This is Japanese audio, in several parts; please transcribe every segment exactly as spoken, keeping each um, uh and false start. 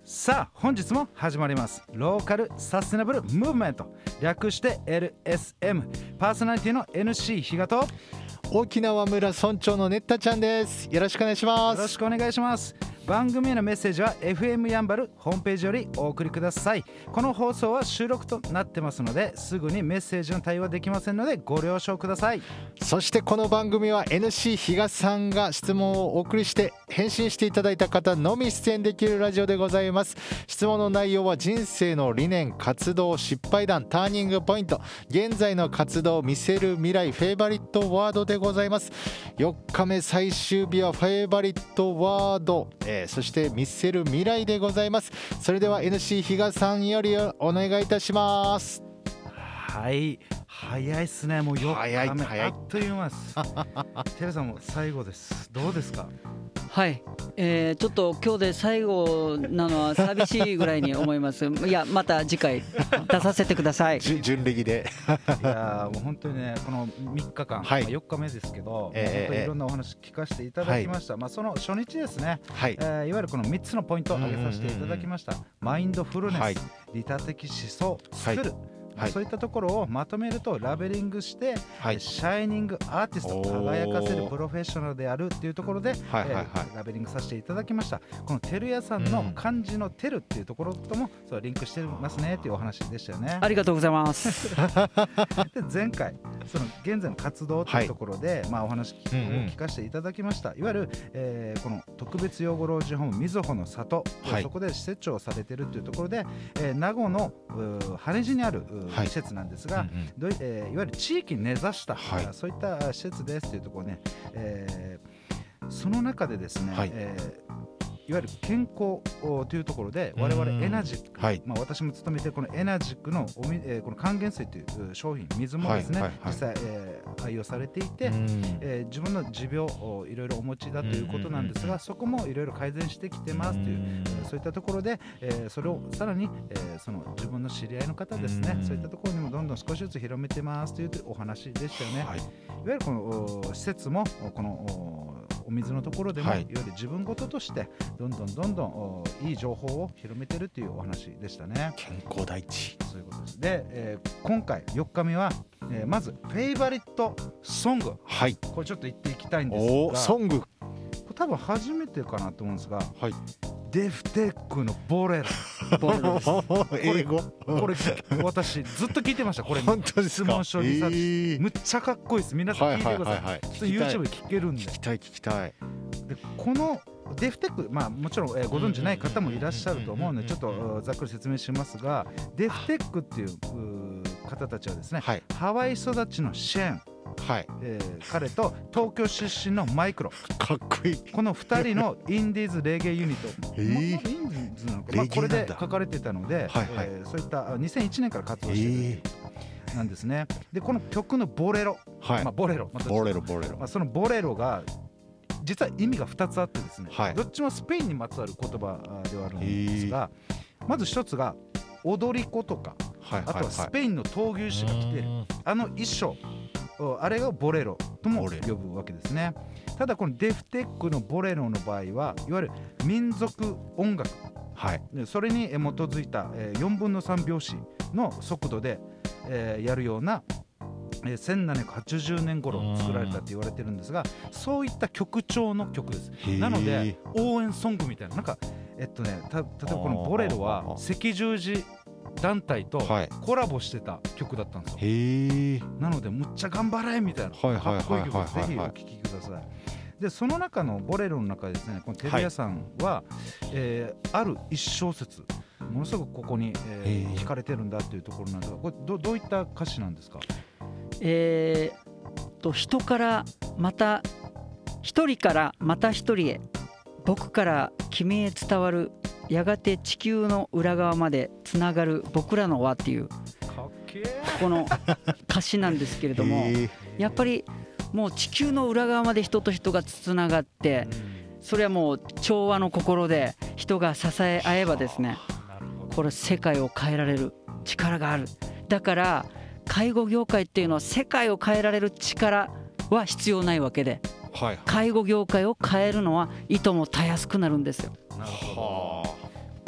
さあ本日も始まりますローカルサステナブルムーブメント、略して エルエスエム。 パーソナリティの エヌシー 比嘉と沖縄村村長のねったちゃんです。よろしくお願いします。 よろしくお願いします。番組へのメッセージは エフエム やんばるホームページよりお送りください。この放送は収録となってますので、すぐにメッセージの対応はできませんのでご了承ください。 そしてこの番組は エヌシー 比嘉さんが質問をお送りして返信していただいた方のみ出演できるラジオでございます。質問の内容は人生の理念、活動、失敗談、ターニングポイント、現在の活動、見せる未来、フェイバリットワードでございます。よっかめ最終日はフェイバリットワード、えー、そして見せる未来でございます。それでは エヌシー 比嘉さんよりお願いいたします。 はい、早いっすね。もうよっかめ、 早い早いあっという間です。テレさんも最後です。どうですか？ はい、えー、ちょっと今日で最後なのは寂しいぐらいに思います。いや、また次回出させてください。 準レギでいやもう本当にね、このみっかかん、 はい、 まあ、よっかめですけど、 えー、 本当にいろんなお話聞かせていただきました。はい、まあ、その初日ですね、はい、えー、いわゆるこのみっつのポイントを挙げさせていただきました。マインドフルネス、はい、利他的思想、作る、はい、はい、そういったところをまとめるとラベリングして、はい、シャイニングアーティスト、輝かせるプロフェッショナルであるっていうところで、はいはいはい、えー、ラベリングさせていただきました。このテル屋さんの漢字のテルっていうところともそうリンクしてますねっていうお話でしたよね。 ありがとうございます。 で前回その現在の活動というところで、はい、まあ、お話を聞かせていただきました。いわゆる、えー、この特別養護老人ホームみずほの里、はい、そこで施設長をされているというところで、えー、名護の羽地にある、はい、施設なんですが、うんうん、どいえー、いわゆる地域に根ざした、はい、そういった施設ですというところね、えー、その中でですね、はい、えーいわゆる健康というところで我々エナジック、はい、まあ、私も勤めているこのエナジックのおみ、えー、この還元水という商品、水もですね、はいはいはい、実際、えー、愛用されていて、えー、自分の持病をいろいろお持ちだということなんですが、そこもいろいろ改善してきてますという、えー、そういったところで、えー、それをさらに、えー、その自分の知り合いの方ですね、そういったところにもどんどん少しずつ広めてますというお話でしたよね。はい、いわゆるこの施設もこのお水のところでも、はい、いわゆる自分事としてどんどんどんどんいい情報を広めてるというお話でしたね。 健康第一、 そういうことです。で、えー、今回よっかめは、えー、まずフェイバリットソング、はい、これちょっと言っていきたいんですが、 おソング、これ多分初めてかなと思うんですが、はい、デフテックのボレロ。ボレロです。 英語これ私ずっと聞いてました。これ本当ですか？ 質問書リサーチ、えー、むっちゃかっこいいです。皆さん聞いてください。はいはいはいはい、YouTube で聞けるんで。 聞きたい聞きたい。 でこのデフテック、まあ、もちろん、えー、ご存知ない方もいらっしゃると思うのでちょっとざっくり説明しますが、デフテックっていう方たちはですね、はい、ハワイ育ちのシェーン、はい、えー、彼と東京出身のマイクロ、 かっこいい。このふたりのインディーズレゲエユニット、えーまあ、インディーズなのか、まあ、これで書かれてたので、はいはい、えー、そういったにせんいちねんから活動している、えー、なんですね。でこの曲のボレロ、はい、まあ、ボレロ、まあ、 ボレロボレロ、 まあ、そのボレロが実は意味がふたつあってですね、はい、どっちもスペインにまつわる言葉ではあるんですが、まず一つが踊り子とか、はいはいはい、あとはスペインの闘牛士が着ているあの衣装、あれがボレロとも呼ぶわけですね。ただこのデフテックのボレロの場合はいわゆる民族音楽、はい、それに基づいたよんぶんのさん拍子の速度でやるようなせんななひゃくはちじゅうねん頃作られたって言われてるんですが、そういった曲調の曲です。なので応援ソングみたいな、なんかえっとねた例えばこのボレロは赤十字団体とコラボしてた曲だったんですよ。へなのでむっちゃ頑張れみたいなかっこいい曲です。ぜひお聴きください。でその中のボレロの中でですね、このテル屋さんは、はい、えー、ある一小節ものすごくここに、えー、惹かれてるんだっていうところなんですが、これ ど, どういった歌詞なんですか？ えー、と人からまた一人からまた一人へ、僕から君へ伝わる、やがて地球の裏側までつながる僕らの輪っていうこの歌詞なんですけれども、やっぱりもう地球の裏側まで人と人がつながって、それはもう調和の心で人が支え合えばですね、これ世界を変えられる力がある。だから介護業界っていうのは世界を変えられる力は必要ないわけで、はいはい、介護業界を変えるのはいともたやすくなるんですよ。 なるほど。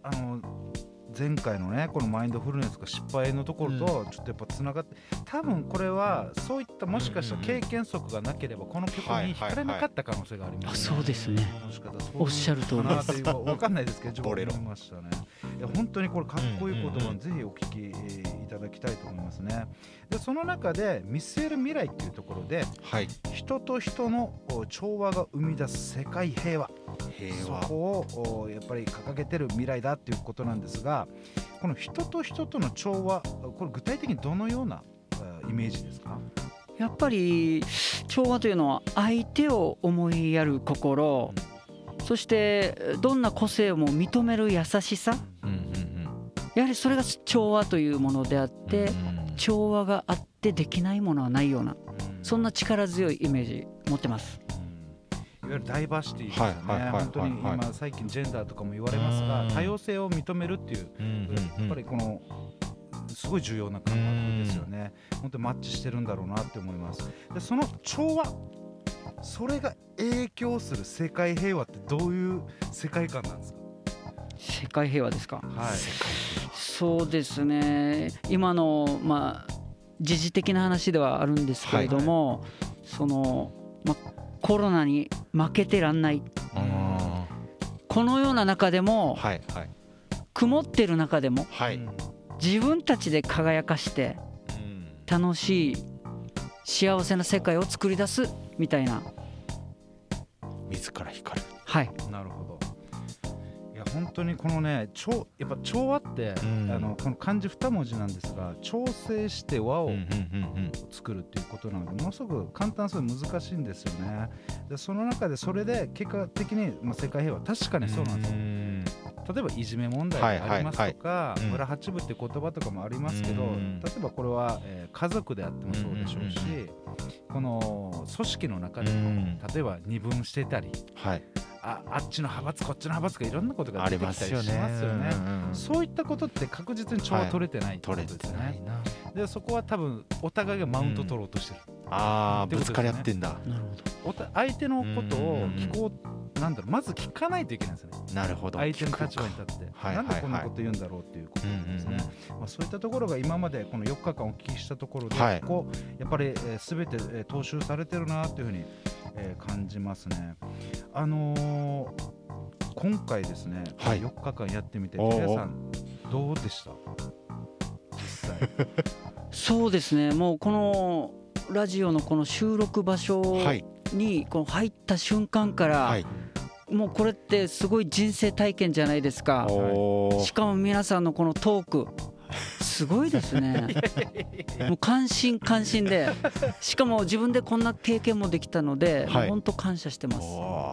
あの前回のねこのマインドフルネスが失敗のところとちょっとやっぱつながって、多分これはそういったもしかしたら経験則がなければこの曲に惹かれなかった可能性がありますね。 あ、そうですね。 もしかしたらそうおっしゃる通りです。 分かんないですけど自分は思いましたね。いや本当にこれかっこいい言葉をぜひお聞きいただきたいと思いますね。でその中で見据える未来っていうところで、はい、人と人の調和が生み出す世界平和、平和そこをやっぱり掲げてる未来だっていうことなんですが、この人と人との調和、これ具体的にどのようなイメージですか？ やっぱり調和というのは相手を思いやる心、うん、そしてどんな個性も認める優しさ、うんうんうん、やはりそれが調和というものであって、うんうん、調和があってできないものはないような、うん、そんな力強いイメージ持ってます。 いわゆるダイバーシティですよね。本当に今最近ジェンダーとかも言われますが、多様性を認めるっていう、やっぱりこのすごい重要な感覚ですよね。本当にマッチしてるんだろうなって思います。でその調和、それが影響する世界平和ってどういう世界観なんですか？ 世界平和ですか？ はい。 そうですね。今のまあ時事的な話ではあるんですけれども、はいはい、そのまあコロナに負けてらんない、このような中でも、はいはい、曇ってる中でも、はい、自分たちで輝かして楽しい幸せな世界を作り出すみたいな。 自ら光る。 はい。 なるほど。いや本当にこのね、調やっぱ調和って、うん、あのこの漢字二文字なんですが、調整して和を作るっていうことなので、ものすごく簡単そうで難しいんですよね。でその中でそれで結果的に、まあ、世界平和確かにそうなんですよ。例えばいじめ問題がありますとか、はいはいはい、村八部って言葉とかもありますけど、例えばこれは、えー、家族であってもそうでしょうし、この組織の中でも例えば二分してたり、はい、あ, あっちの派閥こっちの派閥がいろんなことが出てきたりしますよね。うんうん、そういったことって確実に調和取れてないってことですね。はい、でそこは多分お互いがマウント取ろうとしてる、うん、 あー、ぶつかり合ってんだ。 なるほど。 お相手のことを聞こう、なんだろう、まず聞かないといけないんですよね。 なるほど。 相手の立場に立って、はいはいはい、なんでこんなこと言うんだろうっていうことですね。まあ、そういったところが今までこのよっかかんお聞きしたところで、はい、ここやっぱり、えー、全て、えー、踏襲されてるなというふうに、えー、感じますね。あのー、今回ですね、はい、よっかかんやってみて皆さんどうでした？実際そうですね、もうこのラジオのこの収録場所にこの入った瞬間から、はい、もうこれってすごい人生体験じゃないですか。しかも皆さんのこのトークすごいですね。もう感心感心で、しかも自分でこんな経験もできたので、はい、本当感謝してます。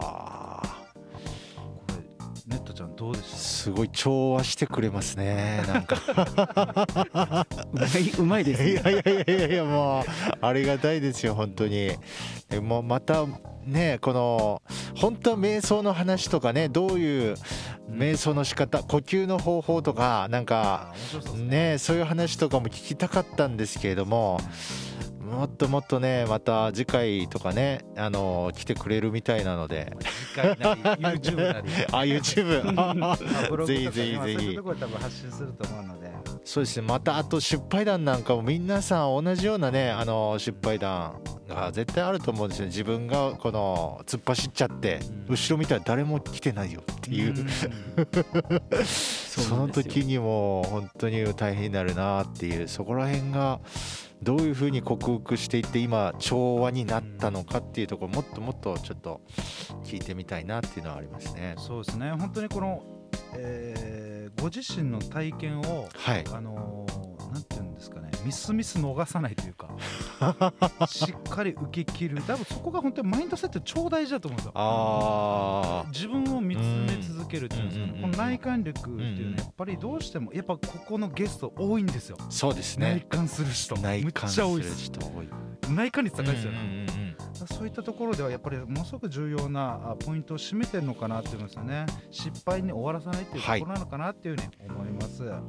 ネットちゃんどうでした？ すごい調和してくれますね。なんかうまいうまいですね。 いやいやいやいや、もうありがたいですよ本当に。でもまたね、この本当は瞑想の話とかね、どういう瞑想の仕方、呼吸の方法とかなんかね、そういう話とかも聞きたかったんですけれども、もっともっとね、また次回とかね、あの来てくれるみたいなので、 次回なり YouTube なりあ YouTube ぜひぜひぜひ、 そういうところ多分発信すると思うので。 そうですね。またあと失敗談なんかも皆さん同じようなね、あの失敗談が絶対あると思うんですよ。自分がこの突っ走っちゃって、うん、後ろ見たら誰も来てないよっていう、うん、その時にも本当に大変になるなっていう、そこら辺がどういうふうに克服していって今調和になったのかっていうところ、もっともっとちょっと聞いてみたいなっていうのはありますね。 そうですね。本当にこの、えー、ご自身の体験を、はい、あのー、なんていうんですかね、ミスミス逃さないというかしっかり受け切る。多分そこが本当にマインドセット超大事だと思うんですよ。あ、自分を見つめ続けるっていうんですかね、うん、この内観力っていうのはやっぱりどうしてもやっぱここのゲスト多いんですよ。 そうですね。 内観する人内観する人多い。 内観率高いですよね。うんうんうん、そういったところではやっぱりものすごく重要なポイントを占めてるのかなって思いますよね。失敗に終わらさないっていうところなのかなっていうふうに思います。はい、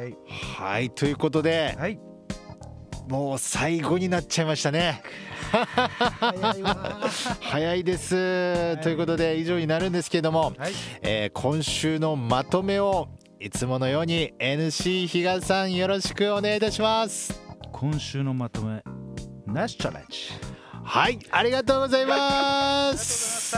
はい、ということで、はい、もう最後になっちゃいましたね。早いわ早いです、はい、ということで以上になるんですけれども、はい、えー、今週のまとめをいつものように エヌシー 比嘉さんよろしくお願いいたします。 今週のまとめ、ナイスチャレンジ。 はい、ありがとうございます。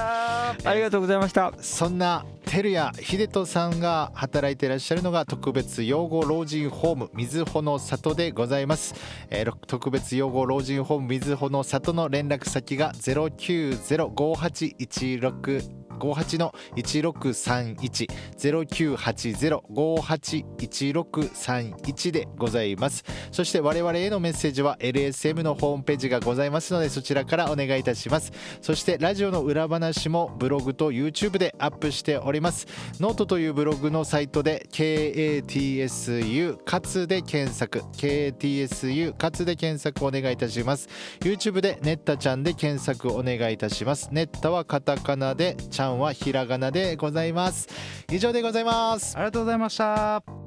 ありがとうございました。 そんな照屋秀人さんが働いていらっしゃるのが特別養護老人ホーム瑞穂の里でございます、えー、特別養護老人ホーム瑞穂の里の連絡先が ゼロきゅうゼロ ごはちいちろくごはちのいちろくさんいち ゼロきゅうはちゼロ ごはちいちろくさんいちでございます。そして我々へのメッセージは エルエスエム のホームページがございますので、そちらからお願いいたします。そしてラジオの裏話もブログと YouTube でアップしております。ノートというブログのサイトで ケーエーティーエスユー かつで検索 ケーエーティーエスユー かつで検索お願いいたします。 YouTube でネッタちゃんで検索お願いいたします。ネッタはカタカナで、ちゃんはひらがなでございます。以上でございます。 ありがとうございました。